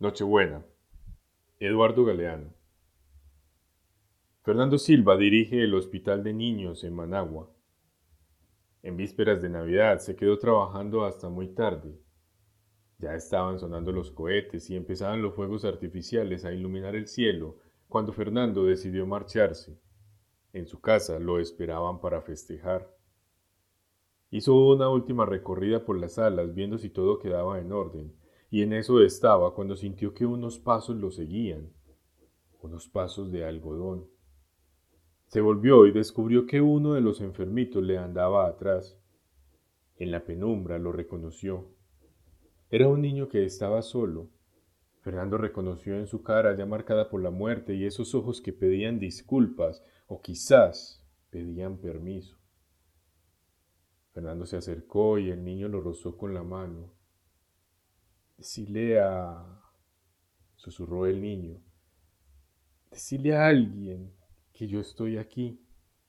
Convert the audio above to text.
Nochebuena. Eduardo Galeano. Fernando Silva dirige el Hospital de Niños en Managua. En vísperas de Navidad se quedó trabajando hasta muy tarde. Ya estaban sonando los cohetes y empezaban los fuegos artificiales a iluminar el cielo cuando Fernando decidió marcharse. En su casa lo esperaban para festejar. Hizo una última recorrida por las salas viendo si todo quedaba en orden, y en eso estaba cuando sintió que unos pasos lo seguían, unos pasos de algodón. Se volvió y descubrió que uno de los enfermitos le andaba atrás. En la penumbra lo reconoció. Era un niño que estaba solo. Fernando reconoció en su cara ya marcada por la muerte y esos ojos que pedían disculpas o quizás pedían permiso. Fernando se acercó y el niño lo rozó con la mano. Decile a... susurró el niño. Decile a alguien que yo estoy aquí.